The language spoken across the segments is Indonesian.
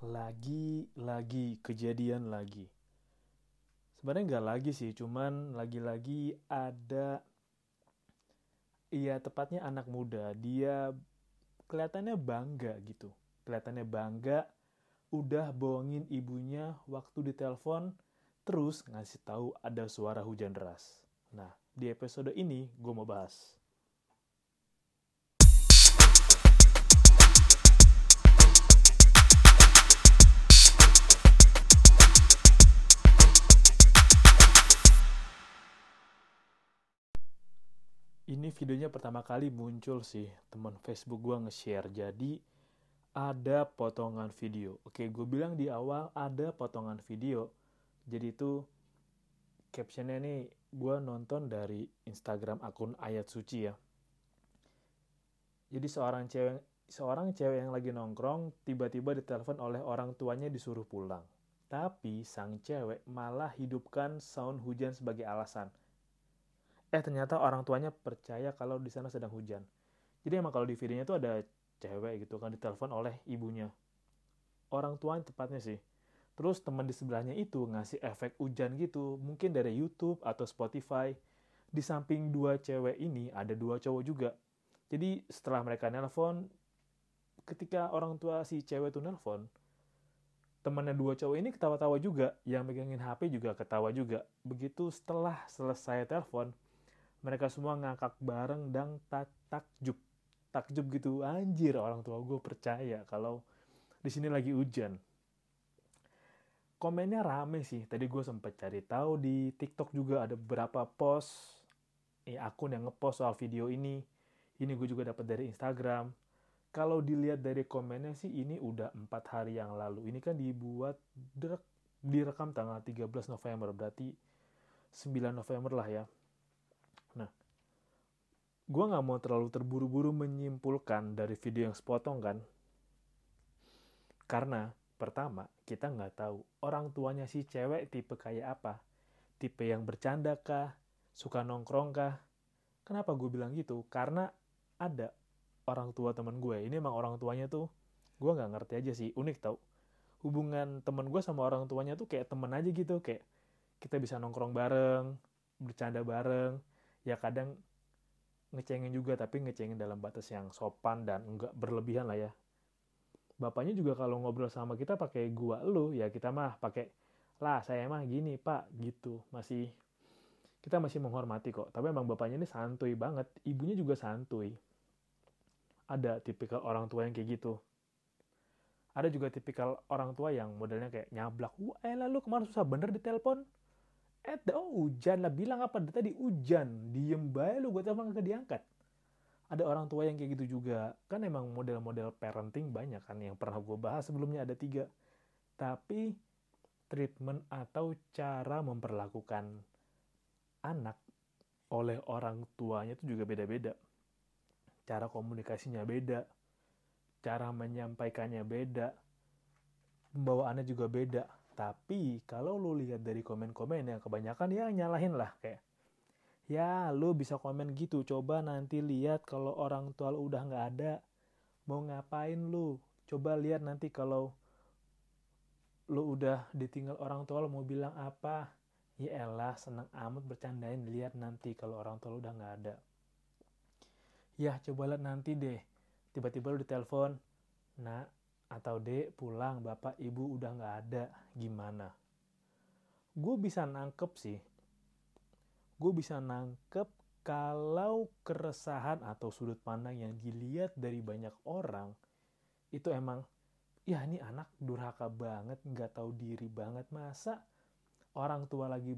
Lagi kejadian lagi. Sebenarnya nggak lagi sih, cuman lagi-lagi ada, iya tepatnya anak muda. Dia kelihatannya bangga gitu. Kelihatannya bangga, udah bohongin ibunya waktu ditelepon, terus ngasih tahu ada suara hujan deras. Nah, di episode ini gue mau bahas. Ini videonya pertama kali muncul sih, teman Facebook gue nge-share. Jadi ada potongan video. Oke, gue bilang di awal ada potongan video. Jadi itu captionnya nih, gue nonton dari Instagram akun Ayat Suci ya. Jadi seorang cewek yang lagi nongkrong tiba-tiba ditelepon oleh orang tuanya disuruh pulang. Tapi sang cewek malah hidupkan sound hujan sebagai alasan. Ternyata orang tuanya percaya kalau di sana sedang hujan. Jadi emang kalau di videonya tuh ada cewek gitu kan ditelepon oleh ibunya. Orang tuanya tepatnya sih. Terus teman di sebelahnya itu ngasih efek hujan gitu, mungkin dari YouTube atau Spotify. Di samping dua cewek ini ada dua cowok juga. Jadi setelah mereka nelpon, ketika orang tua si cewek itu nelpon, temannya dua cowok ini ketawa-tawa juga, yang megangin HP juga ketawa juga. Begitu setelah selesai telepon, mereka semua ngakak bareng dan takjub. Takjub gitu, anjir orang tua gue percaya kalau di sini lagi hujan. Komennya rame sih, tadi gue sempet cari tahu di TikTok juga ada beberapa post, akun yang ngepost soal video ini. Ini gue juga dapat dari Instagram. Kalau dilihat dari komennya sih ini udah 4 hari yang lalu. Ini kan dibuat direkam tanggal 13 November, berarti 9 November lah ya. Nah, gue gak mau terlalu terburu-buru menyimpulkan dari video yang sepotong kan. Karena pertama, kita nggak tahu orang tuanya si cewek tipe kayak apa. Tipe yang bercanda kah? Suka nongkrong kah? Kenapa gue bilang gitu? Karena ada orang tua teman gue. Ini emang orang tuanya tuh, gue nggak ngerti aja sih. Unik tau. Hubungan teman gue sama orang tuanya tuh kayak temen aja gitu. Kayak kita bisa nongkrong bareng, bercanda bareng. Ya kadang ngecengin juga, tapi ngecengin dalam batas yang sopan dan nggak berlebihan lah ya. Bapaknya juga kalau ngobrol sama kita pakai gua lu, ya kita mah pakai lah saya mah gini pak gitu. Kita masih menghormati kok. Tapi emang bapaknya ini santuy banget, ibunya juga santuy. Ada tipikal orang tua yang kayak gitu. Ada juga tipikal orang tua yang modelnya kayak nyablak. Wah lu kemarin susah bener ditelepon. Hujan lah, bilang apa tadi hujan. Diem bae lu, gue telepon kagak diangkat. Ada orang tua yang kayak gitu juga. Kan emang model-model parenting banyak kan yang pernah gue bahas sebelumnya ada 3. Tapi treatment atau cara memperlakukan anak oleh orang tuanya itu juga beda-beda. Cara komunikasinya beda, cara menyampaikannya beda, pembawaannya juga beda. Tapi kalau lu lihat dari komen-komen yang kebanyakan ya nyalahin lah kayak, ya lu bisa komen gitu, coba nanti lihat kalau orang tua lu udah gak ada, mau ngapain lu, coba lihat nanti kalau lu udah ditinggal orang tua lu mau bilang apa. Ya elah, seneng amat bercandain, lihat nanti kalau orang tua lu udah gak ada. Ya coba lihat nanti deh, tiba-tiba lu ditelepon, nak atau dek pulang, bapak ibu udah gak ada, gimana? Gue bisa nangkep kalau keresahan atau sudut pandang yang dilihat dari banyak orang itu emang, ya ini anak durhaka banget, gak tahu diri banget. Masa orang tua lagi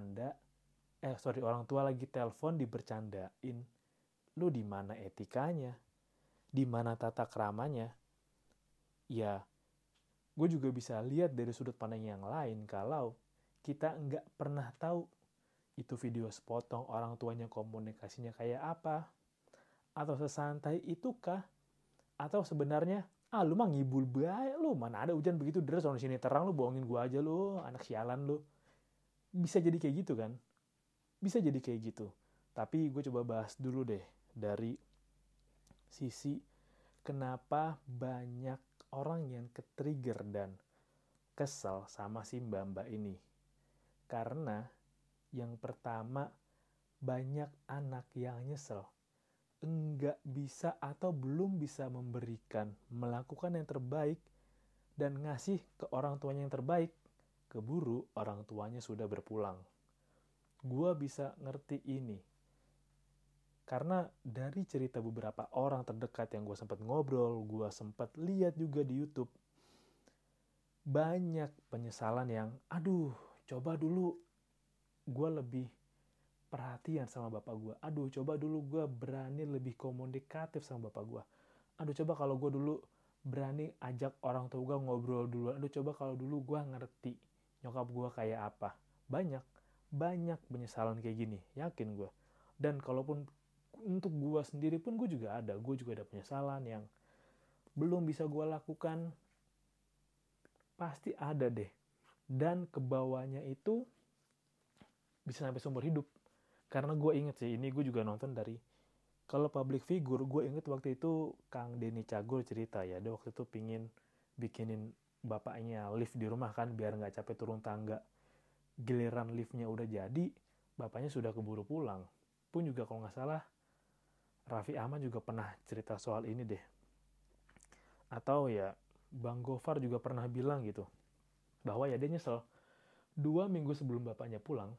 telepon dibercandain, lu di mana etikanya, di mana tata keramanya? Ya, gue juga bisa lihat dari sudut pandang yang lain kalau kita nggak pernah tahu itu video sepotong orang tuanya komunikasinya kayak apa, atau sesantai itukah, atau sebenarnya lu mah ngibul baik, lu mana ada hujan begitu deras, orang sini terang, lu bohongin gue aja lu, anak sialan lu. Bisa jadi kayak gitu kan? Bisa jadi kayak gitu. Tapi gue coba bahas dulu deh dari sisi kenapa banyak orang yang ke-trigger dan kesel sama si mbak-mbak ini. Karena yang pertama, banyak anak yang nyesel. Enggak bisa atau belum bisa melakukan yang terbaik dan ngasih ke orang tuanya yang terbaik. Keburu orang tuanya sudah berpulang. Gua bisa ngerti ini. Karena dari cerita beberapa orang terdekat yang gue sempat ngobrol, gue sempat lihat juga di YouTube, banyak penyesalan yang, aduh, coba dulu gue lebih perhatian sama bapak gue. Aduh, coba dulu gue berani lebih komunikatif sama bapak gue. Aduh, coba kalau gue dulu berani ajak orang tua gue ngobrol dulu. Aduh, coba kalau dulu gue ngerti nyokap gue kayak apa. Banyak penyesalan kayak gini, yakin gue. Dan kalaupun untuk gue sendiri pun gue juga ada penyesalan yang belum bisa gue lakukan, pasti ada deh. Dan kebawahnya itu bisa sampai seumur hidup. Karena gue inget sih, ini gue juga nonton dari, kalau public figure, gue inget waktu itu Kang Denny Cagur cerita ya, dia waktu itu pingin bikinin bapaknya lift di rumah kan, biar nggak capek turun tangga. Giliran liftnya udah jadi, bapaknya sudah keburu pulang. Pun juga kalau nggak salah, Raffi Ahmad juga pernah cerita soal ini deh. Atau ya, Bang Gofar juga pernah bilang gitu, bahwa ya dia nyesel. 2 minggu sebelum bapaknya pulang,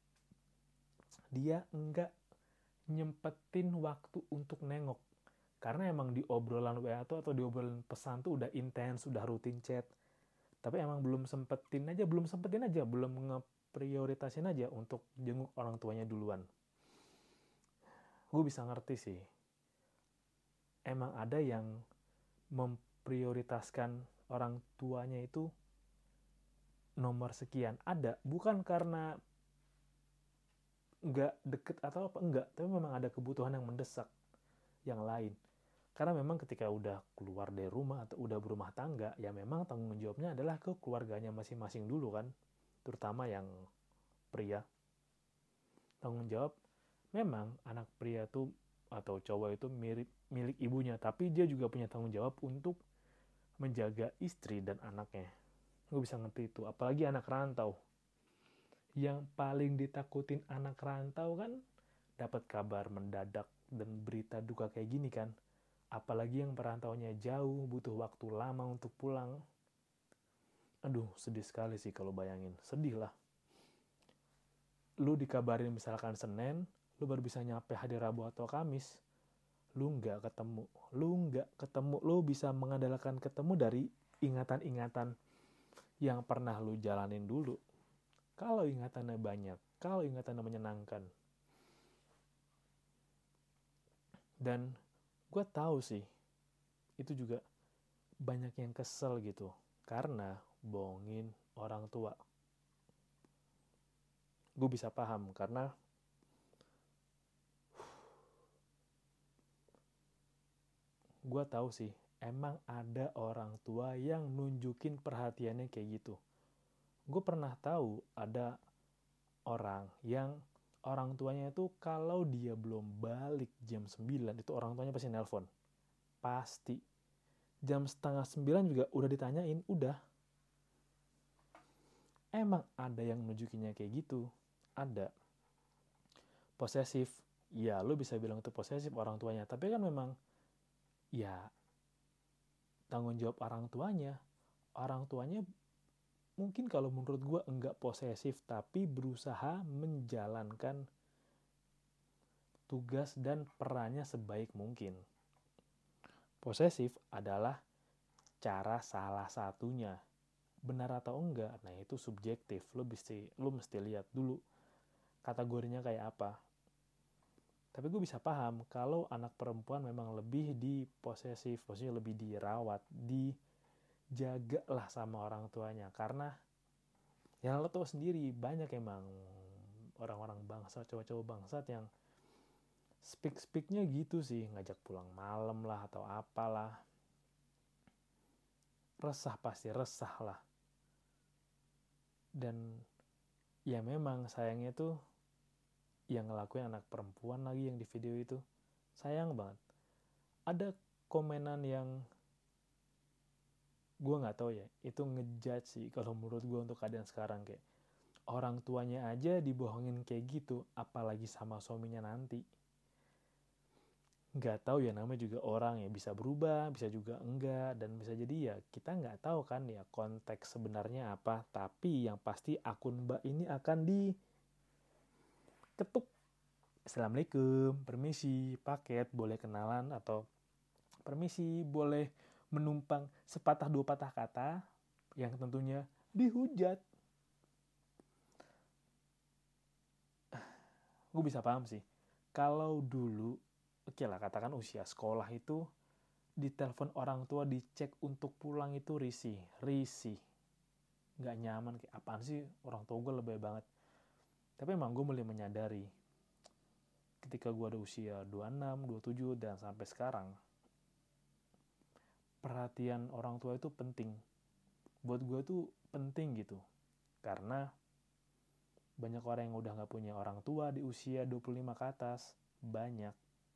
dia enggak nyempetin waktu untuk nengok. Karena emang di obrolan WA atau di obrolan pesan tuh udah intens, udah rutin chat. Tapi emang belum sempetin aja, belum ngeprioritasin aja untuk jenguk orang tuanya duluan. Gue bisa ngerti sih. Emang ada yang memprioritaskan orang tuanya itu nomor sekian. Ada, bukan karena nggak deket atau apa, enggak. Tapi memang ada kebutuhan yang mendesak yang lain. Karena memang ketika udah keluar dari rumah atau udah berumah tangga, ya memang tanggung jawabnya adalah ke keluarganya masing-masing dulu kan. Terutama yang pria. Tanggung jawab memang anak pria tuh atau cowok itu milik ibunya, tapi dia juga punya tanggung jawab untuk menjaga istri dan anaknya. Gue bisa ngerti itu, apalagi anak rantau. Yang paling ditakutin anak rantau kan dapat kabar mendadak dan berita duka kayak gini kan. Apalagi yang perantaunya jauh, butuh waktu lama untuk pulang. Aduh, sedih sekali sih kalau bayangin. Sedih lah. Lu dikabarin misalkan Senin, lu baru bisa nyampe hari Rabu atau Kamis. Lu nggak ketemu. Lu bisa mengandalkan ketemu dari ingatan-ingatan yang pernah lu jalanin dulu. Kalau ingatannya banyak, kalau ingatannya menyenangkan. Dan gue tahu sih, itu juga banyak yang kesel gitu. Karena bohongin orang tua. Gue bisa paham, karena gue tahu sih, emang ada orang tua yang nunjukin perhatiannya kayak gitu. Gue pernah tahu ada orang yang orang tuanya itu kalau dia belum balik jam 9, itu orang tuanya pasti nelpon. Pasti. Jam setengah 9 juga udah ditanyain, udah. Emang ada yang nunjukinnya kayak gitu. Ada. Posesif. Ya, lu bisa bilang itu posesif orang tuanya. Tapi kan memang, ya, tanggung jawab orang tuanya. Orang tuanya mungkin kalau menurut gue enggak posesif, tapi berusaha menjalankan tugas dan perannya sebaik mungkin. Posesif adalah cara salah satunya. Benar atau enggak, nah itu subjektif. Lu mesti lihat dulu kategorinya kayak apa. Tapi gue bisa paham kalau anak perempuan memang lebih diposesif, maksudnya lebih dirawat, dijaga lah sama orang tuanya. Karena ya lo tau sendiri, banyak emang orang-orang bangsat, cowok-cowok bangsat yang speak-speaknya gitu sih, ngajak pulang malam lah atau apalah. Pasti resah lah. Dan ya memang sayangnya tuh yang ngelakuin anak perempuan lagi yang di video itu. Sayang banget. Ada komenan yang gue nggak tahu ya, itu ngejudge sih kalau menurut gue untuk keadaan sekarang. Kayak orang tuanya aja dibohongin kayak gitu, apalagi sama suaminya nanti. Nggak tahu ya, namanya juga orang ya, bisa berubah, bisa juga enggak, dan bisa jadi ya kita nggak tahu kan ya konteks sebenarnya apa. Tapi yang pasti akun Mbak ini akan diketuk. Assalamualaikum, permisi, paket, boleh kenalan, atau permisi, boleh menumpang sepatah dua patah kata yang tentunya dihujat. Gue bisa paham sih. Kalau dulu, oke lah katakan usia sekolah itu, ditelepon orang tua dicek untuk pulang itu risih. Nggak nyaman, kayak apaan sih orang tua gue lebay banget. Tapi emang gue mulai menyadari, ketika gue ada usia 26, 27, dan sampai sekarang, perhatian orang tua itu penting. Buat gue tuh penting gitu. Karena banyak orang yang udah gak punya orang tua di usia 25 ke atas. Banyak.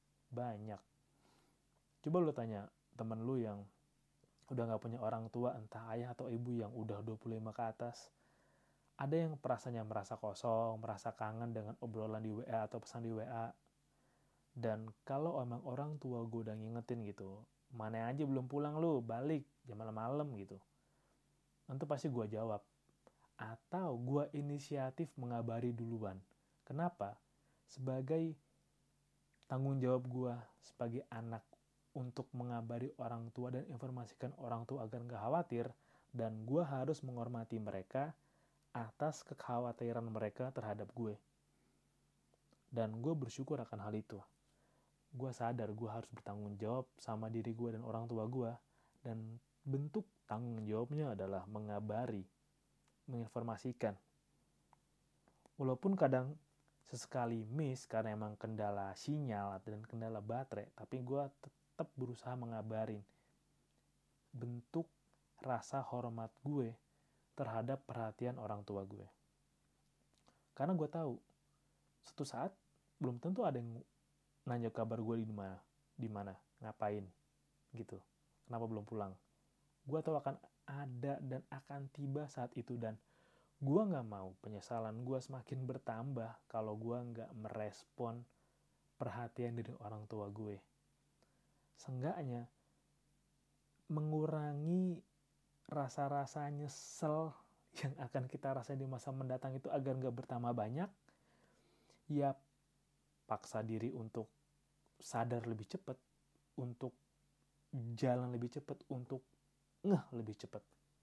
Coba lu tanya temen lu yang udah gak punya orang tua, entah ayah atau ibu yang udah 25 ke atas. Ada yang perasaannya merasa kosong, merasa kangen dengan obrolan di WA atau pesan di WA. Dan kalau emang orang tua gue udah ngingetin gitu, mana aja belum pulang lu, balik jam malam-malam gitu, nanti pasti gue jawab. Atau gue inisiatif mengabari duluan. Kenapa? Sebagai tanggung jawab gue sebagai anak untuk mengabari orang tua dan informasikan orang tua agar gak khawatir, dan gue harus menghormati mereka atas kekhawatiran mereka terhadap gue. Dan gue bersyukur akan hal itu. Gue sadar gue harus bertanggung jawab sama diri gue dan orang tua gue, dan bentuk tanggung jawabnya adalah mengabari, menginformasikan. Walaupun kadang sesekali miss karena emang kendala sinyal dan kendala baterai, tapi gue tetap berusaha mengabarin. Bentuk rasa hormat gue terhadap perhatian orang tua gue. Karena gue tahu suatu saat belum tentu ada yang nanya kabar gue di mana, ngapain, gitu. Kenapa belum pulang? Gue tahu akan ada dan akan tiba saat itu, dan gue nggak mau penyesalan gue semakin bertambah kalau gue nggak merespon perhatian dari orang tua gue. Seenggaknya mengurangi rasa-rasa nyesel yang akan kita rasain di masa mendatang itu agar nggak bertambah banyak. Ya paksa diri untuk sadar lebih cepat, untuk jalan lebih cepat, untuk lebih cepat.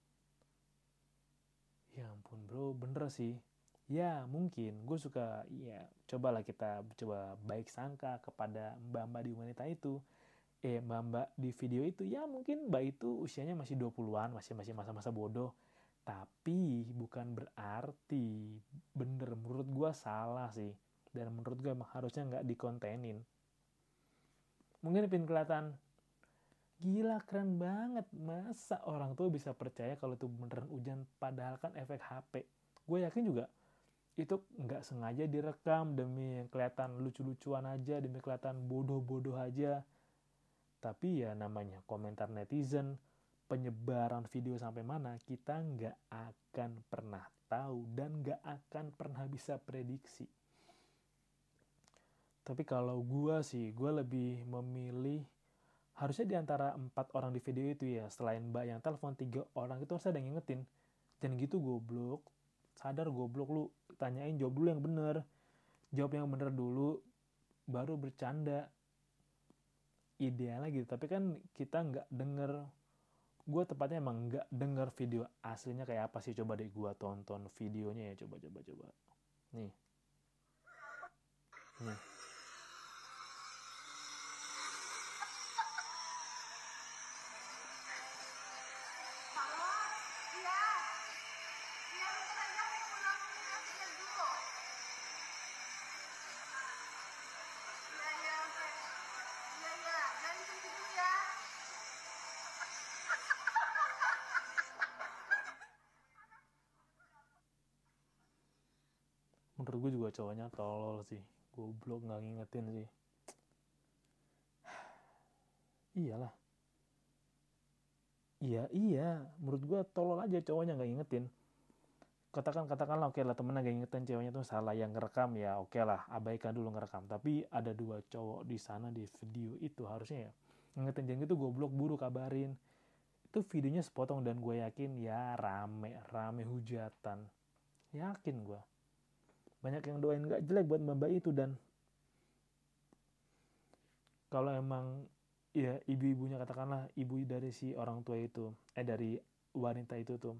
Ya ampun bro, bener sih. Ya mungkin gue suka, ya cobalah kita coba baik sangka kepada mbak-mbak di wanita itu. Mbak-mbak di video itu, ya mungkin mbak itu usianya masih 20-an, masih masa-masa bodoh. Tapi bukan berarti bener, menurut gue salah sih. Dan menurut gue emang harusnya nggak dikontenin. Mungkin pengen kelihatan, gila keren banget, masa orang tua bisa percaya kalau itu beneran hujan, padahal kan efek HP. Gue yakin juga itu nggak sengaja direkam demi kelihatan lucu-lucuan aja, demi kelihatan bodoh-bodoh aja. Tapi ya namanya komentar netizen, penyebaran video sampai mana, kita nggak akan pernah tahu dan nggak akan pernah bisa prediksi. Tapi kalau gue sih, gue lebih memilih, harusnya di antara 4 orang di video itu ya, selain mbak yang telepon, 3 orang itu harusnya ada yang ngingetin. Jangan gitu goblok, sadar goblok lu, tanyain, jawab dulu yang bener. Jawab yang bener dulu, baru bercanda. Idealnya gitu, tapi kan kita nggak denger. Gue tepatnya emang nggak denger video aslinya kayak apa sih. Coba deh gue tonton videonya ya, coba. Nih. Menurut gue juga cowoknya tolol sih, goblok, nggak ngingetin sih. Iya, menurut gue tolol aja cowoknya nggak ingetin. Katakanlah oke lah temennya gak ingetin ceweknya tuh salah yang ngerekam, ya oke lah abaikan dulu ngerekam. Tapi ada 2 cowok di sana di video itu harusnya ya ngingetin, jangan gitu goblok, buru kabarin. Itu videonya sepotong dan gue yakin ya rame hujatan, yakin gue banyak yang doain gak jelek buat mbak itu. Dan kalau emang ya ibu-ibunya, katakanlah ibu dari si orang tua itu, dari wanita itu tuh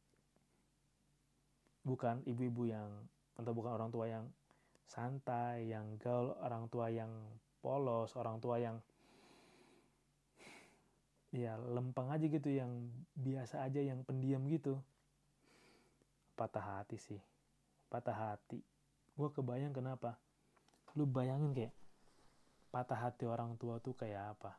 bukan ibu-ibu yang, atau bukan orang tua yang santai, yang gaul, orang tua yang polos, orang tua yang ya lempeng aja gitu, yang biasa aja, yang pendiam gitu, patah hati sih, patah hati. Gue kebayang kenapa. Lu bayangin kayak patah hati orang tua tuh kayak apa.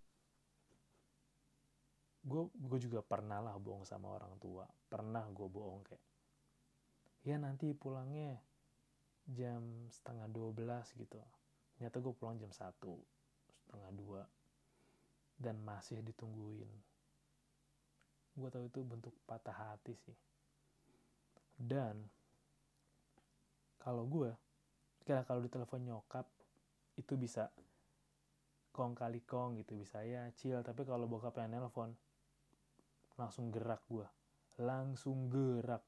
Gue juga pernah lah bohong sama orang tua, pernah gue bohong kayak ya nanti pulangnya jam setengah 12 gitu, ternyata gue pulang jam 1, setengah 2, dan masih ditungguin. Gue tahu itu bentuk patah hati sih. Dan kalau gue kira kalau ditelepon nyokap itu bisa kong kali kong gitu, bisa ya chill. Tapi kalau bokap yang nelpon langsung gerak, gue langsung gerak.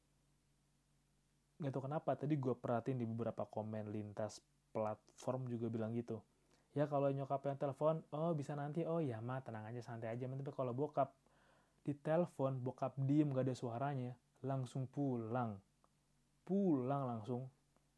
Gak tau kenapa tadi gue perhatiin di beberapa komen lintas platform juga bilang gitu. Ya kalau nyokap yang telepon, oh bisa nanti, oh ya mah tenang aja santai aja. Tapi kalau bokap ditelepon, bokap diem gak ada suaranya, langsung pulang langsung.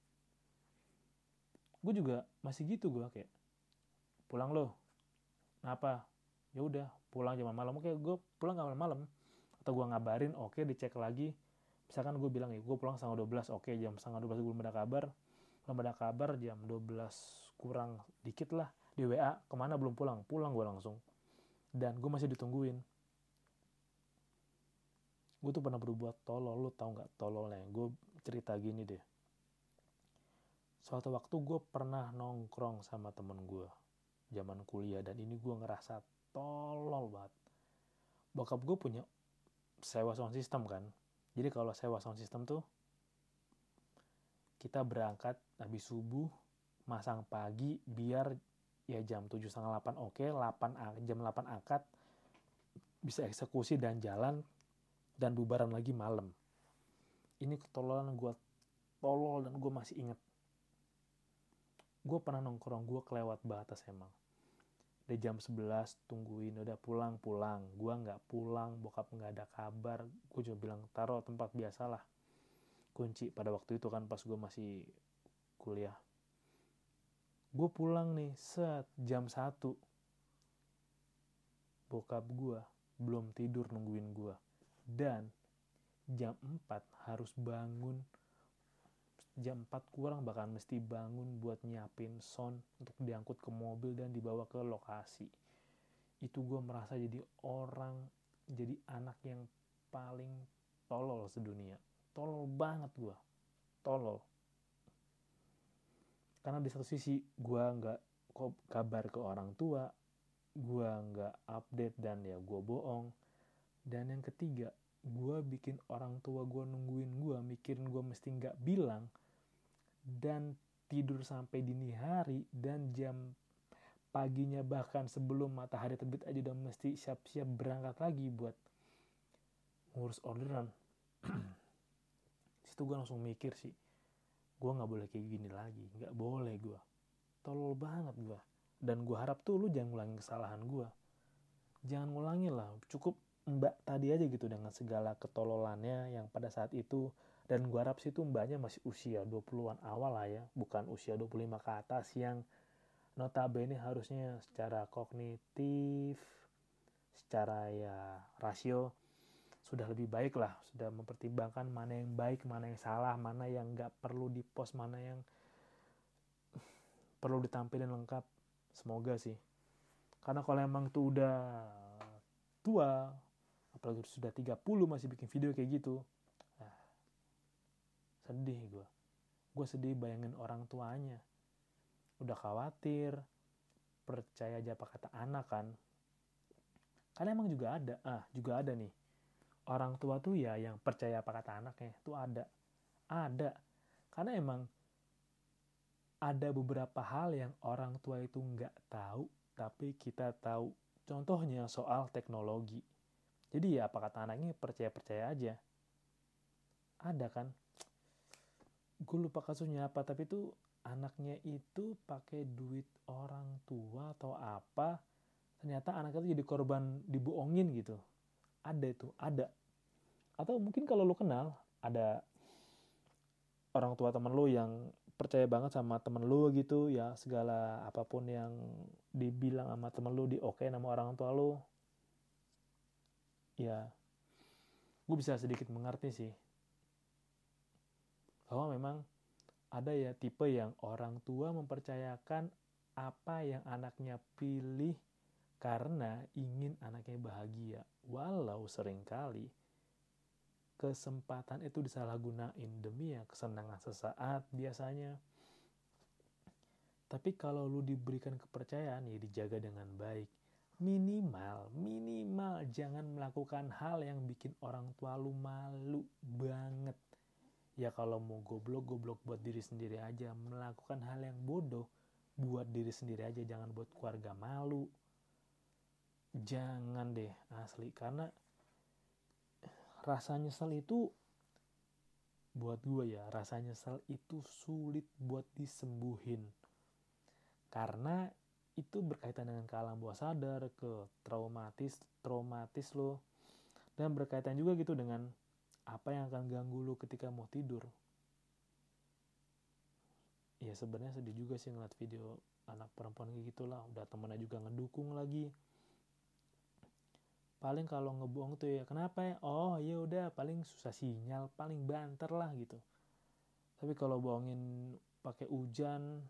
Gue juga masih gitu, gue kayak pulang loh, kenapa? Ya udah pulang jam malam, oke gue pulang gak malam. Atau gue ngabarin, oke dicek lagi. Misalkan gue bilang ya gue pulang setengah 12, oke jam setengah 12 gue belum ada kabar, jam 12 kurang dikit lah di WA, kemana belum pulang gue langsung. Dan gue masih ditungguin. Gue tuh pernah berbuat tolol, lu tau gak tololnya? Gue cerita gini deh. Suatu waktu gue pernah nongkrong sama temen gue zaman kuliah, dan ini gue ngerasa tolol banget. Bokap gue punya sewa sound system kan. Jadi kalau sewa sound system tuh kita berangkat habis subuh, masang pagi biar ya jam 7:30 oke, jam 8 akad bisa eksekusi dan jalan, dan bubaran lagi malam. Ini ketololan gue, tolol, dan gue masih inget. Gue pernah nongkrong, gue kelewat batas emang. Udah jam 11 tungguin, udah pulang. Gue gak pulang, bokap gak ada kabar. Gue juga bilang taruh tempat biasa lah, kunci pada waktu itu kan pas gue masih kuliah. Gue pulang nih, jam 1. Bokap gue belum tidur nungguin gue. Dan jam 4 harus bangun. Jam 4 kurang bahkan mesti bangun buat nyiapin sound untuk diangkut ke mobil dan dibawa ke lokasi. Itu gue merasa jadi anak yang paling tolol sedunia. Tolol banget gue. Tolol. Karena di satu sisi gue gak kabar ke orang tua, gue gak update, dan ya gue bohong. Dan yang ketiga, gue bikin orang tua gue nungguin gue, mikirin gue mesti gak bilang, dan tidur sampai dini hari, dan jam paginya bahkan sebelum matahari terbit aja udah mesti siap-siap berangkat lagi buat ngurus orderan. Situ gue langsung mikir sih, gue gak boleh kayak gini lagi, gak boleh gue. Tolol banget gue. Dan gue harap tuh lu jangan ngulangin kesalahan gue. Jangan ngulangin lah, cukup mbak tadi aja gitu dengan segala ketololannya yang pada saat itu. Dan gue harap sih tuh mbaknya masih usia 20-an awal lah ya, bukan usia 25 ke atas yang notabene harusnya secara kognitif, secara ya rasio sudah lebih baik lah, sudah mempertimbangkan mana yang baik, mana yang salah, mana yang gak perlu dipost, mana yang perlu ditampilin lengkap. Semoga sih. Karena kalau emang tuh udah tua, apalagi sudah 30 masih bikin video kayak gitu, sedih gue. Gue sedih bayangin orang tuanya. Udah khawatir, percaya aja apa kata anak kan. Karena emang juga ada nih. Orang tua tuh ya yang percaya apa kata anaknya. Tuh ada. Ada. Karena emang ada beberapa hal yang orang tua itu nggak tahu, tapi kita tahu. Contohnya soal teknologi. Jadi ya apa kata anaknya percaya-percaya aja. Ada kan? Gue lupa kasusnya apa, tapi tuh anaknya itu pakai duit orang tua atau apa. Ternyata anaknya itu jadi korban dibohongin gitu. Ada itu, ada. Atau mungkin kalau lu kenal, ada orang tua temen lu yang percaya banget sama temen lu gitu ya, segala apapun yang dibilang sama temen lu di oke sama orang tua lu, ya gue bisa sedikit mengerti sih bahwa memang ada ya tipe yang orang tua mempercayakan apa yang anaknya pilih karena ingin anaknya bahagia, walau seringkali kesempatan itu disalahgunain demi ya kesenangan sesaat biasanya. Tapi kalau lu diberikan kepercayaan ya dijaga dengan baik. Minimal jangan melakukan hal yang bikin orang tua lu malu banget. Ya kalau mau goblok buat diri sendiri aja. Melakukan hal yang bodoh buat diri sendiri aja, jangan buat keluarga malu. Jangan deh, asli. Karena rasa nyesel itu, buat gue ya, rasa nyesel itu sulit buat disembuhin. Karena itu berkaitan dengan ke alam bawah sadar, ke traumatis lo, dan berkaitan juga gitu dengan apa yang akan ganggu lo ketika mau tidur. Ya sebenarnya sedih juga sih ngeliat video anak perempuan kayak gitulah, udah temennya juga ngedukung lagi. Paling kalau ngebohong tuh ya kenapa ya? Oh ya udah paling susah sinyal, paling banter lah gitu. Tapi kalau bohongin pakai hujan,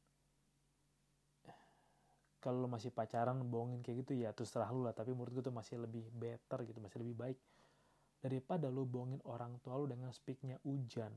kalau lo masih pacaran bohongin kayak gitu ya terserah lu lah, tapi menurut gue tuh masih lebih better gitu, masih lebih baik daripada lo bohongin orang tua lo dengan speaknya hujan.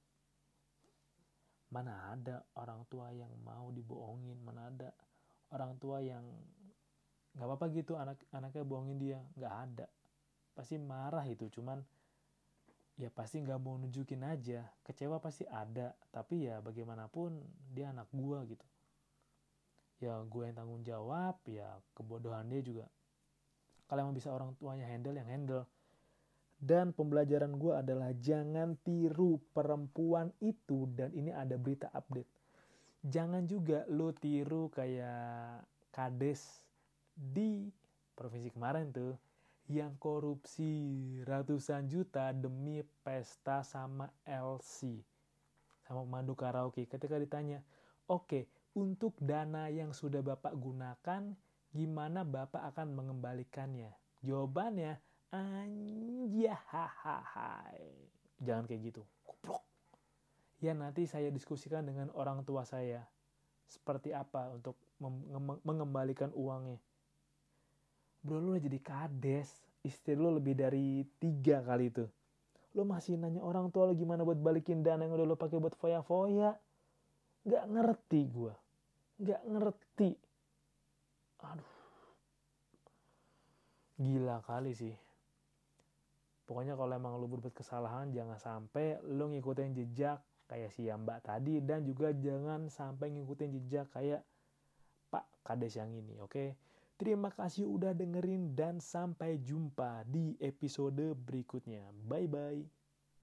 Mana ada orang tua yang mau dibohongin, mana ada orang tua yang nggak apa-apa gitu anaknya bohongin dia, nggak ada. Pasti marah itu, cuman ya pasti nggak mau nunjukin aja, kecewa pasti ada, tapi ya bagaimanapun dia anak gue gitu. Ya gue yang tanggung jawab, ya kebodohan dia juga. Kalau emang bisa orang tuanya handle, yang handle. Dan pembelajaran gue adalah jangan tiru perempuan itu, dan ini ada berita update. Jangan juga lo tiru kayak Kades di provinsi kemarin tuh, yang korupsi ratusan juta demi pesta sama LC, sama pemandu karaoke. Ketika ditanya, oke, untuk dana yang sudah Bapak gunakan, gimana Bapak akan mengembalikannya? Jawabannya, anjahahai. Jangan kayak gitu. Goblok. Ya nanti saya diskusikan dengan orang tua saya. Seperti apa untuk mengembalikan uangnya. Bro, lu jadi kades. Istri lu lebih dari 3 kali itu. Lu masih nanya orang tua lu gimana buat balikin dana yang udah lu pakai buat foya-foya. Gak ngerti gue. Gak ngerti. Aduh. Gila kali sih. Pokoknya kalau emang lu berbuat kesalahan, jangan sampai lu ngikutin jejak kayak si Mbak tadi, dan juga jangan sampai ngikutin jejak kayak Pak Kades yang ini, oke? Terima kasih udah dengerin dan sampai jumpa di episode berikutnya. Bye-bye.